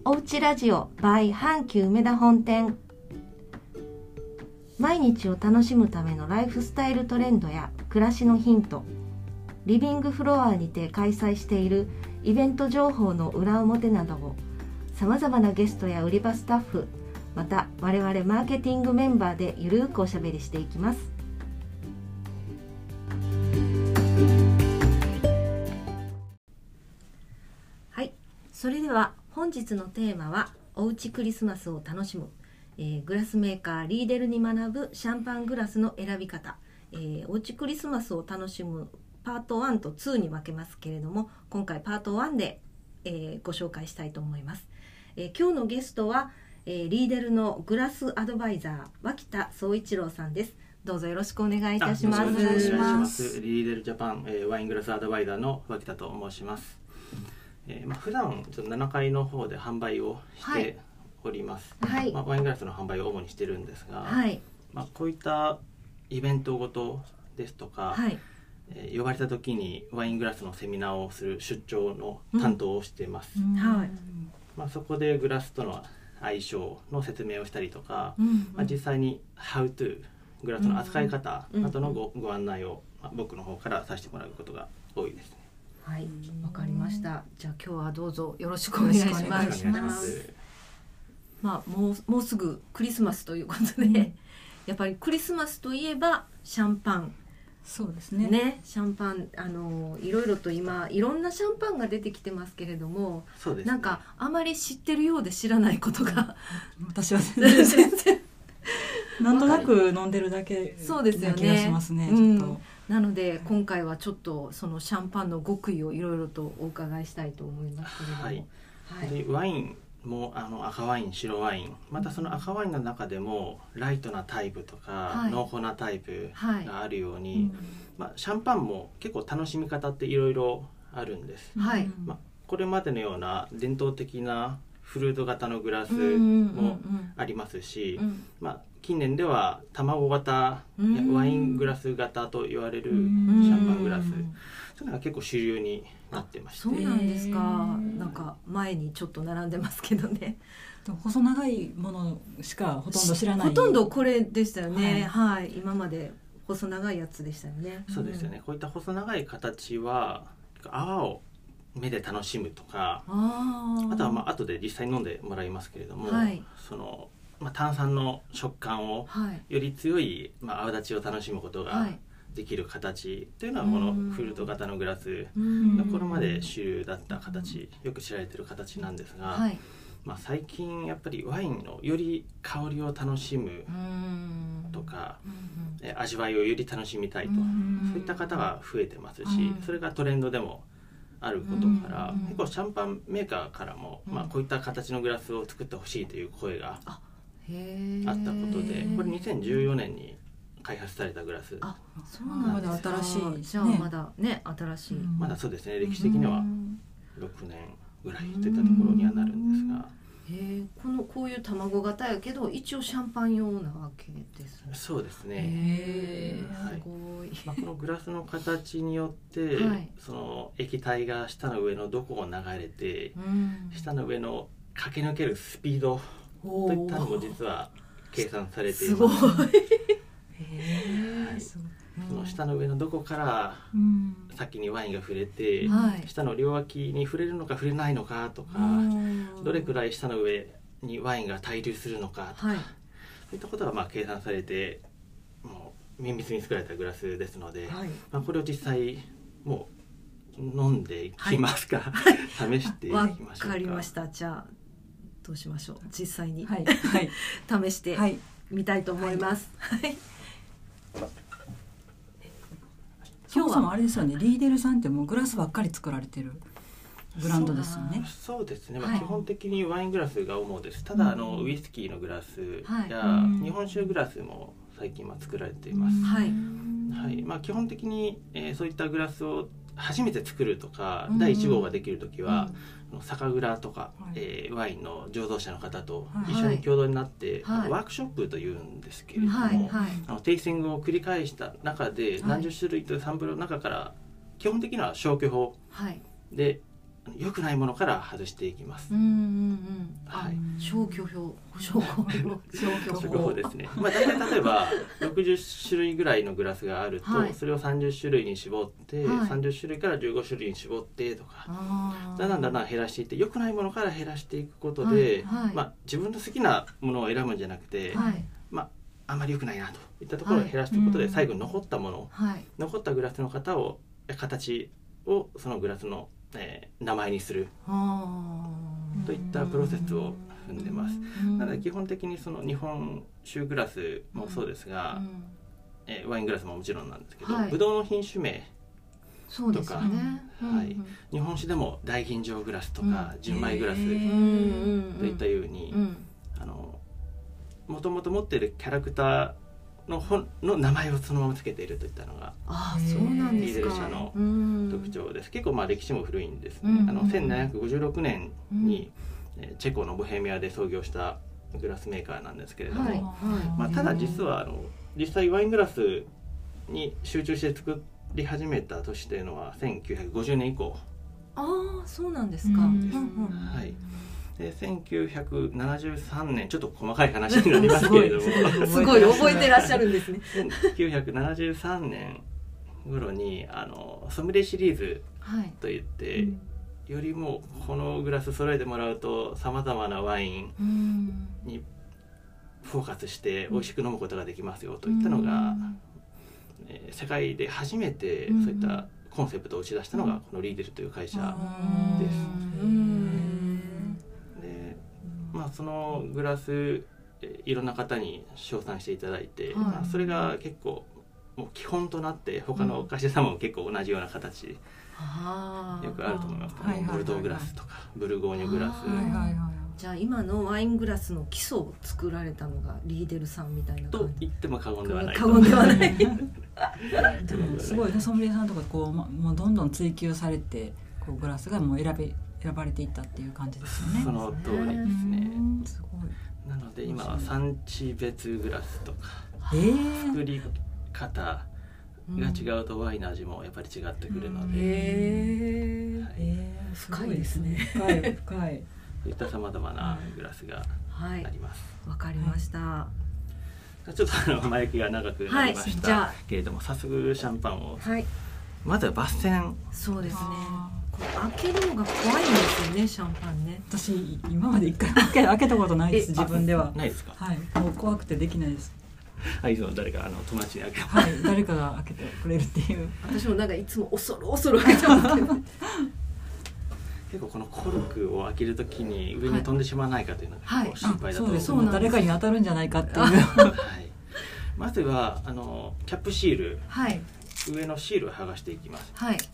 おうちラジオ by 阪急梅田本店。毎日を楽しむためのライフスタイルトレンドや暮らしのヒント、リビングフロアにて開催しているイベント情報の裏表などをさまざまなゲストや売り場スタッフ、また我々マーケティングメンバーでゆるくおしゃべりしていきます。はい、それでは本日のテーマはおうちクリスマスを楽しむ、グラスメーカーリーデルに学ぶシャンパングラスの選び方、おうちクリスマスを楽しむパート1と2に分けますけれども、今回パート1で、ご紹介したいと思います。今日のゲストは、リーデルのグラスアドバイザー脇田総一郎さんです。どうぞよろしくお願いいたします。 よろしくお願いします。リーデルジャパン、ワイングラスアドバイザーの脇田と申します。普段ちょっと7階の方で販売をしております。はい、ワイングラスの販売を主にしてるんですが、はい、こういったイベントごとですとか、はい、呼ばれた時にワイングラスのセミナーをする出張の担当をしています。そこでグラスとの相性の説明をしたりとか、実際に How to グラスの扱い方などのご案内を、僕の方からさせてもらうことが多いですね。 はい、わかりました。じゃあ今日はどうぞよろしくお願いします。もうすぐクリスマスということで、やっぱりクリスマスといえばシャンパン。 そうですね。 シャンパン、いろいろと今いろんなシャンパンが出てきてますけれども、 そうですね、 なんかあまり知ってるようで知らないことが私は全然なんとなく飲んでるだけな気がしますね。ちょっとなので今回はちょっとそのシャンパンの極意をいろいろとお伺いしたいと思いますけれども、 はい、でワインも赤ワイン、白ワイン、またその赤ワインの中でもライトなタイプとか、濃厚なタイプがあるように、シャンパンも結構楽しみ方っていろいろあるんです。これまでのような伝統的なフルート型のグラスもありますし、近年では卵型、ワイングラス型と言われるシャンパングラス、そういうのが結構主流になってまして。 そうなんですか。なんか前にちょっと並んでますけどね。 細長いものしかほとんど知らない。 ほとんどこれでしたよね。はい、今まで細長いやつでしたよね。 そうですよね。こういった細長い形は泡を目で楽しむとか、あとは後で実際に飲んでもらいますけれども、その炭酸の食感をより強い泡立ちを楽しむことができる形というのは、このフルート型のグラスがこれまで主流だった形、よく知られている形なんですが、最近やっぱりワインのより香りを楽しむとか、味わいをより楽しみたいと、そういった方が増えてますし、それがトレンドでもあることから、結構シャンパンメーカーからも、こういった形のグラスを作ってほしいという声があったことで、これ2014年に開発されたグラス。 そうなんですか。 まだ新しい。 じゃあまだね、新しい。 まだそうですね。歴史的には6年ぐらいといったところにはなるんですが。 こういう卵型やけど一応シャンパン用なわけですね。 そうですね。 すごい。 このグラスの形によって、その液体が舌の上のどこを流れて、舌の上の駆け抜けるスピードといったのも実は計算されています。 すごい。 その舌の上のどこから先にワインが触れて、舌の両脇に触れるのか触れないのかとか、どれくらい舌の上にワインが滞留するのかとか、そういったことが計算されてもう綿密に作られたグラスですので、これを実際もう飲んでいきますか、試していきましょうか。 わかりました。じゃあどうしましょう。実際に、試してみたいと思います。 そもそもあれですよね、リーデルさんってもうグラスばっかり作られてるブランドですよね。 そうですね、基本的にワイングラスが主です。ただウイスキーのグラスや日本酒グラスも最近は作られています。基本的に、そういったグラスを初めて作るとか、第1号ができるときは、酒蔵とか、ワインの醸造者の方と一緒に共同になって、ワークショップというんですけれども、テイスティングを繰り返した中で、何十種類というサンプルの中から基本的には消去法で良くないものから外していきます。 はい。消去法ですね。大体例えば60種類ぐらいのグラスがあると、それを30種類に絞って、30種類から15種類に絞ってとか、だんだん減らしていって、良くないものから減らしていくことで、自分の好きなものを選ぶんじゃなくて、あんまり良くないなといったところを減らしていくことで、最後に残ったもの、残ったグラスの形をそのグラスの名前にするといったプロセスを踏んでます。なので基本的にその日本酒グラスもそうですが、ワイングラスももちろんなんですけど、ブドウの品種名とか、日本酒でも大吟醸グラスとか純米グラスといったように、もともと持っているキャラクターの本の名前をそのままつけているといったのがそうなんですか。 リーデル社の特徴です。結構歴史も古いんですね。1756年にチェコのボヘミアで創業したグラスメーカーなんですけれども、ただ実は実際ワイングラスに集中して作り始めた年というのは1950年以降。 そうなんですか。 はい。で1973年、ちょっと細かい話になりますけれどもすごい覚えてらっしゃるんですね。 1973年頃にソムリエシリーズといって、よりもこのグラス揃えてもらうとさまざまなワインにフォーカスして美味しく飲むことができますよといったのが、世界で初めてそういったコンセプトを打ち出したのがこのリーデルという会社です。そのグラスいろんな方に称賛していただいて、それが結構もう基本となって他の会社様も結構同じような形でよくあると思います。ボルドーグラスとかブルゴーニュグラス。 じゃあ今のワイングラスの基礎を作られたのがリーデルさんみたいなと言っても過言ではない。 過言ではない。 でもすごいソムリエさんとかもうどんどん追求されてグラスがもう選ばれていったっていう感じですよね。 その通りですね。すごい。なので今は産地別グラスとか、作り方が違うとワインの味もやっぱり違ってくるので、 深いですね。 深い。 そういったさまざまなグラスがあります。 わかりました。 ちょっと前置きが長くなりましたけれども、早速シャンパンを。まずは抜栓。 そうですね。開けるのが怖いんですよね、シャンパンね。 私今まで一回開けたことないです。自分ではないですか。 もう怖くてできないです。 いつも誰か友達に開けて、 誰かが開けてくれるっていう。 私もいつも恐る開けてますけど。 結構このコルクを開けるときに上に飛んでしまわないかというのが結構心配だと思います。 そうです。誰かに当たるんじゃないかっていう。 まずはキャップシール、上のシールを剥がしていきます。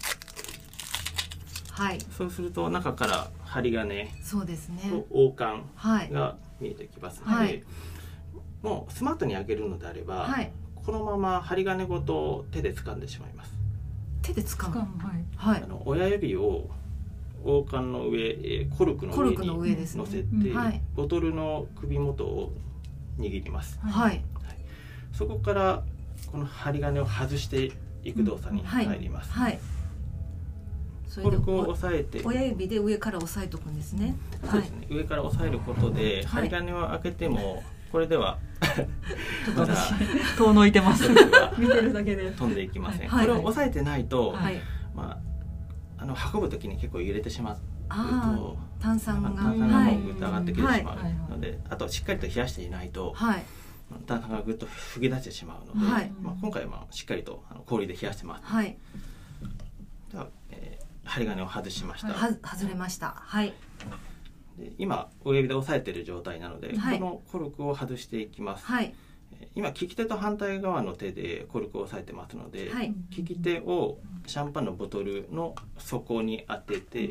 そうすると中から針金と王冠が見えてきますので、もうスマートに開けるのであれば、このまま針金ごと手で掴んでしまいます。 手で掴む。 親指を王冠の上、コルクの上に乗せて、ボトルの首元を握ります。そこからこの針金を外していく動作に入ります。コルクを押さえて、 親指で上から押さえとくんですね。 そうですね。上から押さえることで針金を開けてもこれではまだ遠のいてます。見てるだけで飛んでいきません。これを押さえてないと、運ぶ時に結構揺れてしまうと炭酸がぐっと上がってきてしまうので、あとしっかりと冷やしていないと炭酸がぐっと吹き出してしまうので、今回はしっかりと氷で冷やしてます。では針金を外しました。 外れました。 で今親指で押さえている状態なので、このコルクを外していきます。今利き手と反対側の手でコルクを押さえてますので、利き手をシャンパンのボトルの底に当てて、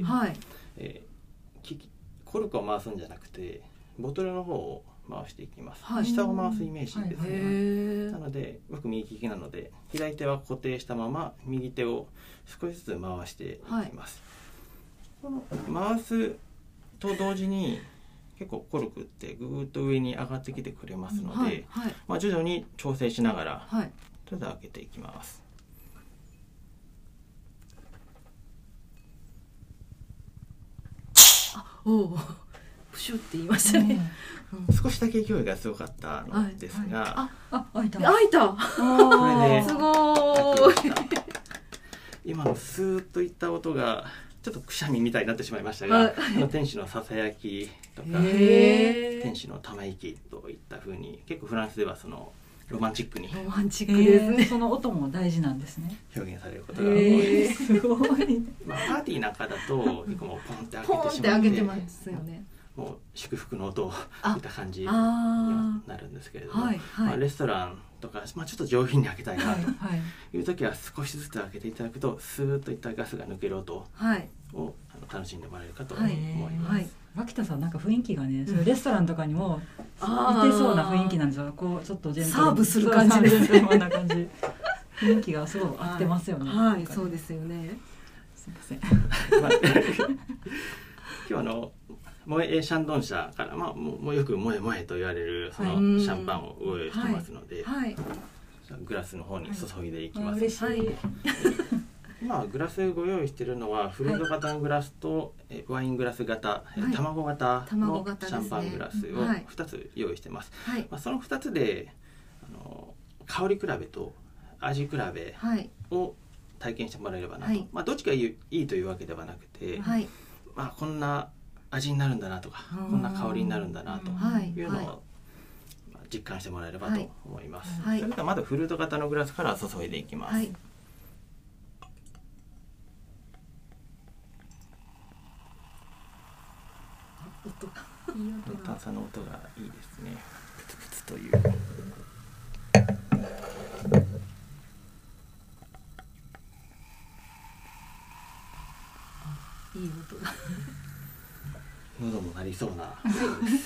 コルクを回すんじゃなくてボトルの方を回していきます。下を回すイメージですね。なので僕右利きなので左手は固定したまま右手を少しずつ回していきます。この回すと同時に結構コルクってぐーっと上に上がってきてくれますので、徐々に調整しながらとりあえず開けていきます。 おプシュって言いましたね、 少しだけ勢いが強かったのですが、 開いた開いた、 これですごい今のスーッといった音がちょっとくしゃみみたいになってしまいましたが、天使のささやきとか天使のため息といった風に結構フランスではそのロマンチックにロマンチックですね、 その音も大事なんですね。 表現されることが多いです。 すごい。 パーティーなんかだと結構もうポンって開けてしまって、 ポンって開けてますよね。 もう祝福の音を見た感じにはなるんですけれども、レストランとか、ちょっと上品に開けたいなという時は少しずつ開けていただくとスーッといったガスが抜ける音を楽しんでもらえるかと思います。 脇田さんなんか雰囲気がね、それレストランとかにも似てそうな雰囲気なんですよ。こうちょっとジェントルサーブする感じですね。 こんな感じ。雰囲気がすごい合ってますよね。 はい、そうですよね。 すいません。 今日モエ・シャンドン社から、もうよくモエモエと言われるそのシャンパンをご用意してますので、グラスの方に注いでいきます。 嬉しい。 今グラスご用意しているのはフルート型のグラスとワイングラス型、卵型のシャンパングラスを2つ用意してます。その2つで香り比べと味比べを体験してもらえればなと、どっちがいいというわけではなくて、こんな味になるんだなとか、こんな香りになるんだなというのを実感してもらえればと思います。それではまずフルート型のグラスから注いでいきます。炭酸の音がいいですね。プツプツという。 いい音が。 喉も鳴りそうな音です。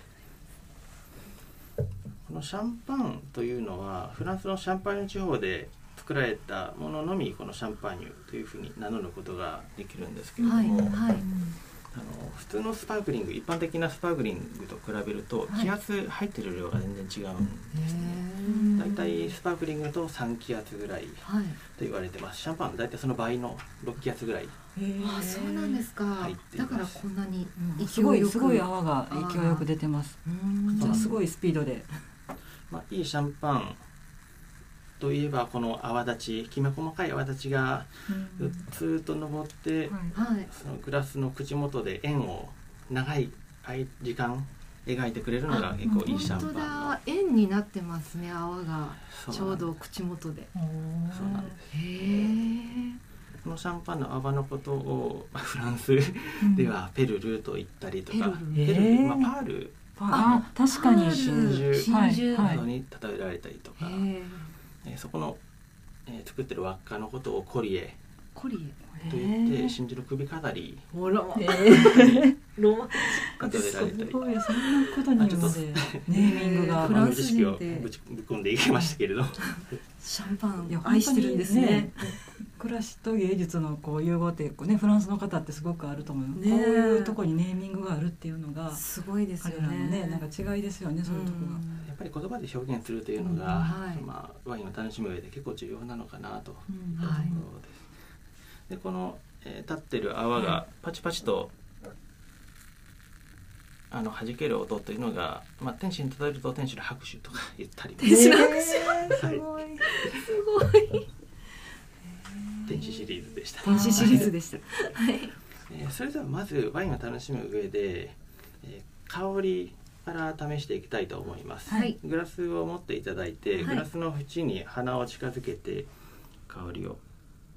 このシャンパンというのはフランスのシャンパーニュ地方で作られたもののみこのシャンパーニュというふうに名乗ることができるんですけれども、普通のスパークリング、一般的なスパークリングと比べると気圧入ってる量が全然違うんですね。だいたいスパークリングと3気圧ぐらいと言われてます。シャンパンはだいたいその倍の6気圧ぐらい。 そうなんですか。だからこんなにすごい泡が勢いよく出てます。じゃあすごいスピードで。 いいシャンパンといえばこの泡立ち、きめ細かい泡立ちがずーっと上って、そのグラスの口元で円を長い時間描いてくれるのが結構いいシャンパンの。 本当だ、円になってますね、泡がちょうど口元で。 そうなんです。このシャンパンの泡のことをフランスではペルルと言ったりとか、ペルル、パール、 確かに真珠などに例えられたりとか。そこの、作ってる輪っかのことをコリエと言って真珠の首飾りロマンチックでられたり、 そんなことにまでネーミングがフランス人をぶっ込んでいきましたけれど、 シャンパン愛してるんですね。 暮らしと芸術のこう融合ってね、フランスの方ってすごくあると思う。こういうとこにネーミングがあるっていうのがすごいですよね。 彼らのね、なんか違いですよね、そういうとこが。 やっぱり言葉で表現するというのが、ワインを楽しむ上で結構重要なのかなというところです。でこの、立ってる泡がパチパチと弾ける音というのが、天使に例えると天使の拍手とか言ったり、 天使の拍手、すごい天使シリーズでした。 天使シリーズでした。 それではまずワインを楽しむ上で、香りから試していきたいと思います。グラスを持っていただいて、グラスの縁に鼻を近づけて香りを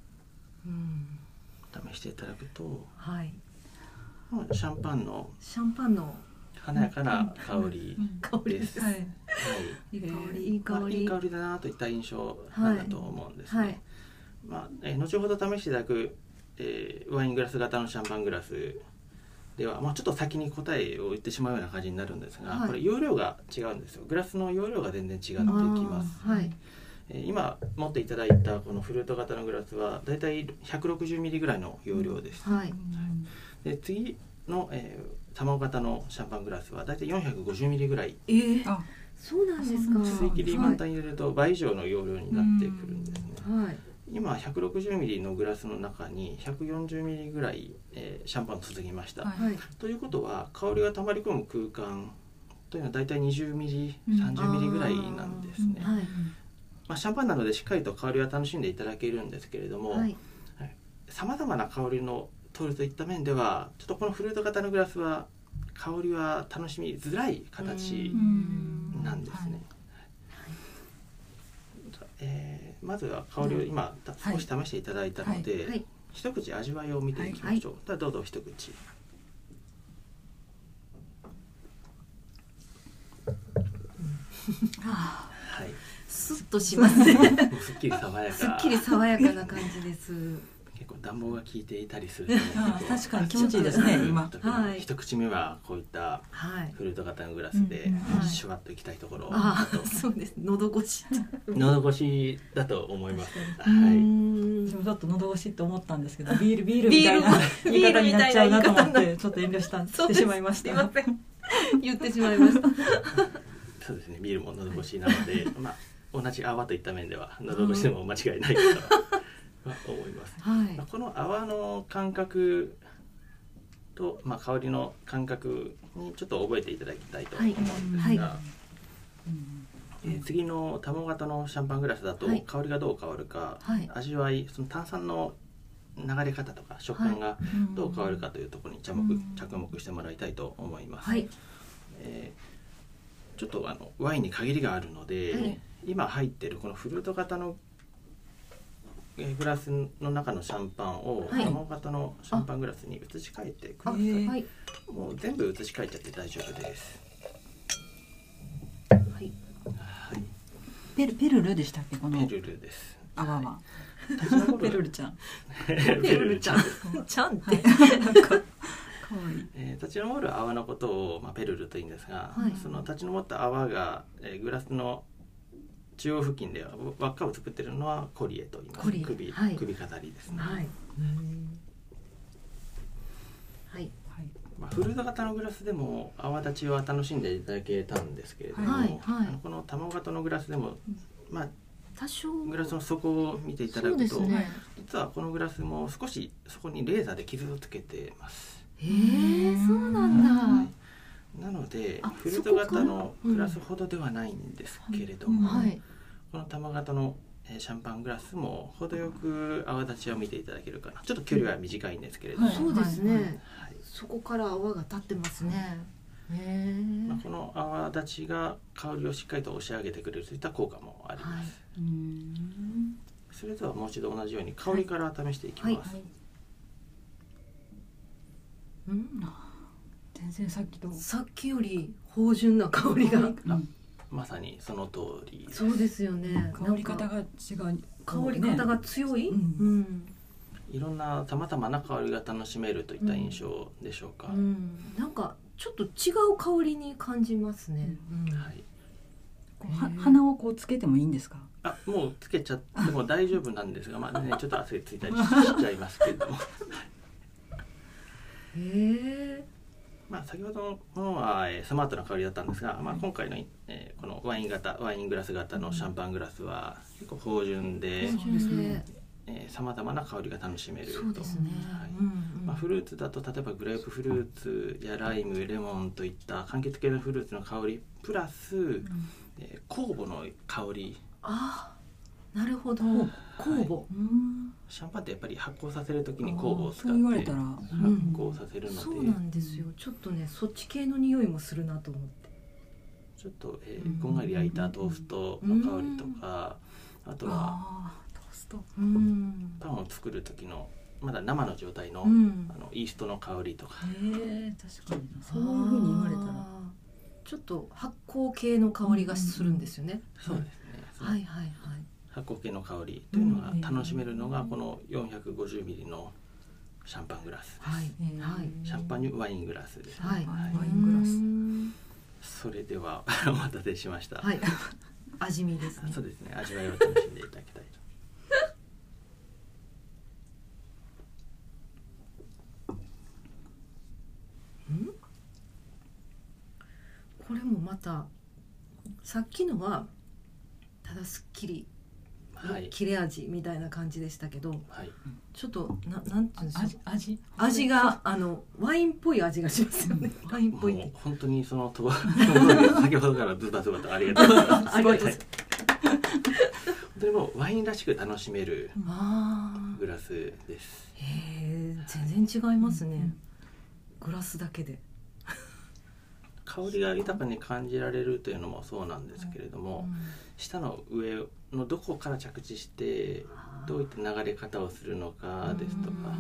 試していただくと、シャンパンの華やかな香りです。いい香りだなといった印象なんだと思うんですね。後ほど試していただく、ワイングラス型のシャンパングラスでは、ちょっと先に答えを言ってしまうような感じになるんですが、これ容量が違うんですよ。グラスの容量が全然違ってきます。今持っていただいたこのフルート型のグラスはだいたい160ミリぐらいの容量です。で次の、卵型のシャンパングラスはだいたい450ミリぐらい。 そうなんですか。 水切り満タンに入れると倍以上の容量になってくるんですね。 今160ミリのグラスの中に140ミリぐらい、シャンパンを注ぎました、 はい、 ということは香りがたまり込む空間というのはだいたい20ミリ30ミリぐらいなんですね、 はい、 まあ、シャンパンなのでしっかりと香りは楽しんでいただけるんですけれども、さまざまな香りの通るといった面ではちょっとこのフルート型のグラスは香りは楽しみづらい形なんですね。まずは香りを今少し試していただいたので、一口味わいを見ていきましょう。ではどうぞ一口。 はい、スッとしますね。すっきり爽やか。 すっきり爽やかな感じです。 結構暖房が効いていたりすると、 確かに気持ちいいですね。今、 一口目はこういったフルート型のグラスでシュワッといきたいところ。 そうです。喉越し。 喉越しだと思います。 はい。私もちょっと喉越しって思ったんですけど、ビールみたいな言い方になっちゃうなと思ってちょっと遠慮してしまいました。 言ってしまいました。 そうですね。ビールも喉越しなので、まあ同じ泡といった面では喉越しでも間違いないかとは思います。この泡の感覚と、まあ、香りの感覚にちょっと覚えていただきたいと思うんですが、次のタモ型のシャンパングラスだと香りがどう変わるか、味わい、その炭酸の流れ方とか食感がどう変わるかというところに着目してもらいたいと思います。ちょっとワインに限りがあるので、今入っているこのフルート型のグラスの中のシャンパンをタモ型のシャンパングラスに移し替えてください。もう全部移し替えちゃって大丈夫です。 ペルルでしたっけ、このペルルです。 泡は。ペルルちゃん。 ペルルちゃん。 ちゃんって。 立ち上る泡のことを、まあ、ペルルと言うんですが、その立ち上った泡が、グラスの中央付近で輪っかを作っているのはコリエと言います。首飾りですね。まあ、フルート型のグラスでも泡立ちは楽しんでいただけたんですけれども、このタモ型のグラスでも、まあ、多少グラスの底を見ていただくと、実はこのグラスも少しそこにレーザーで傷をつけてます。 そうなんだ。 なのでフルート型のグラスほどではないんですけれども、このタモ型のシャンパングラスも程よく泡立ちを見ていただけるかな。ちょっと距離は短いんですけれども、 そうですね。そこから泡が立ってますね。 まあ、この泡立ちが香りをしっかりと押し上げてくれるといった効果もあります。それではもう一度同じように香りから試していきます。 全然さっきより芳醇な香りが。 まさにその通りです。 そうですよね。 香り方が違う。 香り方が強い。 いろんなさまざまな香りが楽しめるといった印象でしょうか。 なんかちょっと違う香りに感じますね。 鼻をこうつけてもいいんですか？ もうつけちゃっても大丈夫なんですが、まあね、ちょっと汗ついたりしちゃいますけれども。まあ先ほどのものはスマートな香りだったんですが、まあ、今回の、このワイングラス型のシャンパングラスは結構芳醇でさまざまな香りが楽しめると。 そうですね。 まあ、フルーツだと例えばグレープフルーツやライム、レモンといった柑橘系のフルーツの香りプラス、酵母の香り。 なるほど。酵母。 シャンパンってやっぱり発酵させるときに酵母を使って発酵させるので、 そうなんですよ。ちょっとね、そっち系の匂いもするなと思って。 ちょっと、こんがり焼いたトーストの香りとか、あとはトースト、 パンを作る時のまだ生の状態の、イーストの香りとか。 確かにそういう風に言われたらちょっと発酵系の香りがするんですよね。 そうですね。発酵系の香りというのが楽しめるのがこの450ミリのシャンパングラスです。シャンパンにワイングラスです。 ワイングラス。それではお待たせしました。 味見ですね。 そうですね。味わいを楽しんでいただきたいと。 これもまたさっきのはただすっきり切れ味みたいな感じでしたけど、 はい、 ちょっとなんていうんでしょう、 味がワインっぽい味がしますよね。ワインっぽいって本当にそのと先ほどからズバズバとありがとうございます。 ありがとうございます。 本当にもうワインらしく楽しめるグラスです。 へー、全然違いますね、グラスだけで。 香りが豊かに感じられるというのもそうなんですけれども、舌の上のどこから着地してどういった流れ方をするのかですとか、はい、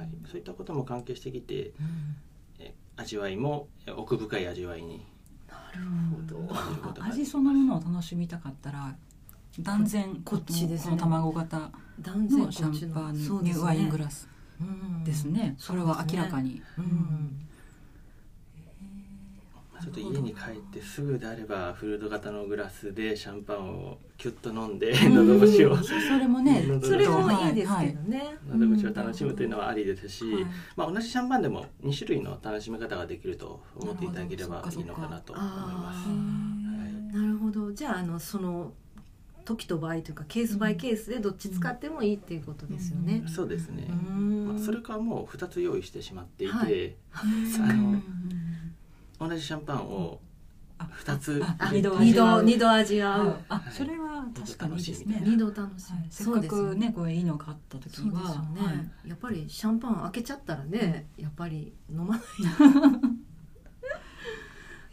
そういったことも関係してきて、味わいも奥深い味わいに。 なるほど。 味そのものを楽しみたかったら断然こっちですね。 この卵型のシャンパンにワイングラスですね。それは明らかに。 ちょっと家に帰ってすぐであればフルード型のグラスでシャンパンをキュッと飲んで喉越しをそれもねそれもいいですけどね、 喉越しを楽しむというのはありですし、同じシャンパンでも2種類の楽しみ方ができると思っていただければいいのかなと思います。 なるほど。じゃあその時と場合というかケースバイケースでどっち使ってもいいっていうことですよね。 そうですね。それかもう2つ用意してしまっていて、同じシャンパンを2つ 2度味わう。 それは確かにいいですね。 2度楽しむ。 せっかくねこういいのがあった時は、 やっぱりシャンパン開けちゃったらね、やっぱり飲まない。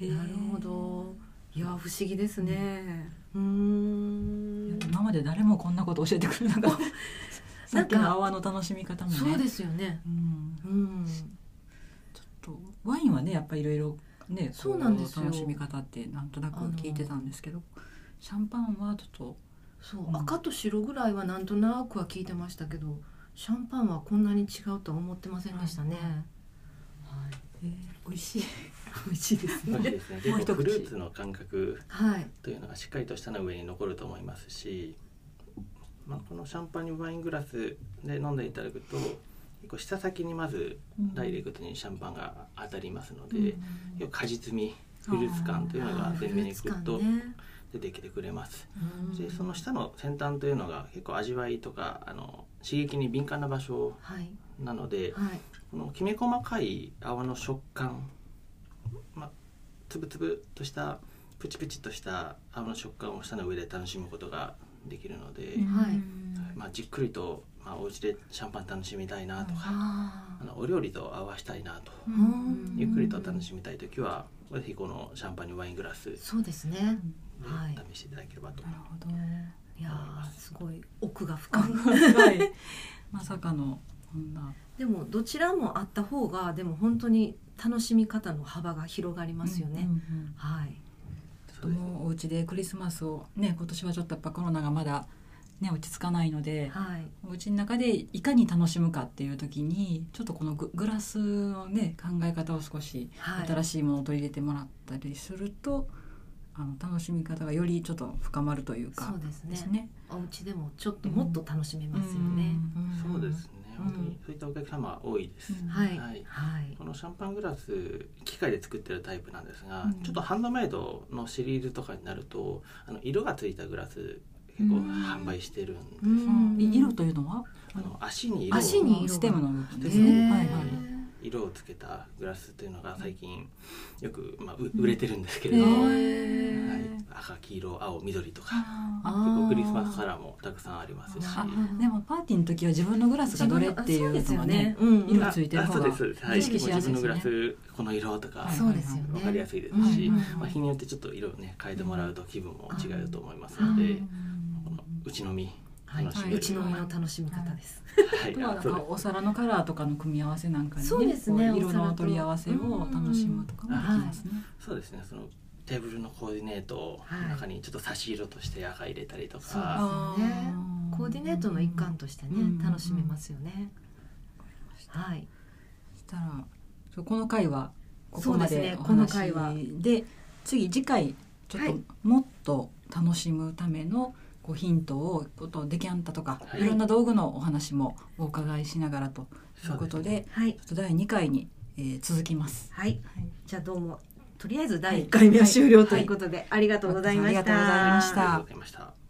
なるほど。いや不思議ですね。 今まで誰もこんなこと教えてくれなかった。さっきの泡の楽しみ方もね。 そうですよね。 ちょっとワインはねやっぱりいろいろね、 そうなんですよ。 楽しみ方ってなんとなく聞いてたんですけど、シャンパンはちょっと赤と白ぐらいはなんとなくは聞いてましたけど、シャンパンはこんなに違うとは思ってませんでしたね。 美味しい美味しいですね。 結構フルーツの感覚というのがしっかりと舌の上に残ると思いますし、このシャンパンにワイングラスで飲んでいただくと結構舌先にまずダイレクトにシャンパンが当たりますので、果実味フルーツ感というのが前面にグッと出てきてくれます。でその舌の先端というのが結構味わいとか刺激に敏感な場所なので、このきめ細かい泡の食感、つぶつぶとしたプチプチとした泡の食感を舌の上で楽しむことができるので、じっくりとお家でシャンパン楽しみたいなとか、お料理と合わしたいなと、ゆっくりと楽しみたいときはぜひこのシャンパンにワイングラスそうですね、 試していただければと。 なるほど。 いやすごい奥が深いまさかのこんな。 でもどちらもあった方がでも本当に楽しみ方の幅が広がりますよね。 もうお家でクリスマスをね、今年はちょっとやっぱコロナがまだね落ち着かないので、お家の中でいかに楽しむかっていう時にちょっとこのグラスのね考え方を少し新しいものを取り入れてもらったりすると、楽しみ方がよりちょっと深まるというか。 そうですね。お家でもちょっともっと楽しめますよね。 そうですね。本当にそういったお客様多いです。このシャンパングラス機械で作ってるタイプなんですが、ちょっとハンドメイドのシリーズとかになると色がついたグラス結構販売してるんです。 色というのは足に色をステムの部分ですね。 色をつけたグラスというのが最近よく、売れてるんですけれども、赤黄色青緑とか結構クリスマスカラーもたくさんありますし、 でもパーティーの時は自分のグラスがどれっていうのがね、色ついてる方が意識しやすいですね。 自分のグラスこの色とか分かりやすいですし、日によってちょっと色をね変えてもらうと気分も違うと思いますので、うち飲みうち飲みの楽しみ方です。 あとはお皿のカラーとかの組み合わせなんかにね、色の取り合わせを楽しむとかもできますね。 そうですね。そのテーブルのコーディネートの中にちょっと差し色として赤入れたりとか、 そうですね。コーディネートの一環としてね楽しめますよね。はい。 そしたらこの回はここまでお話で、次回ちょっともっと楽しむためのヒントをデキャンタとかいろんな道具のお話もお伺いしながらということで、ちょっと第2回に続きます。 じゃあどうもとりあえず第1回目は終了ということで、ありがとうございました。 ありがとうございました。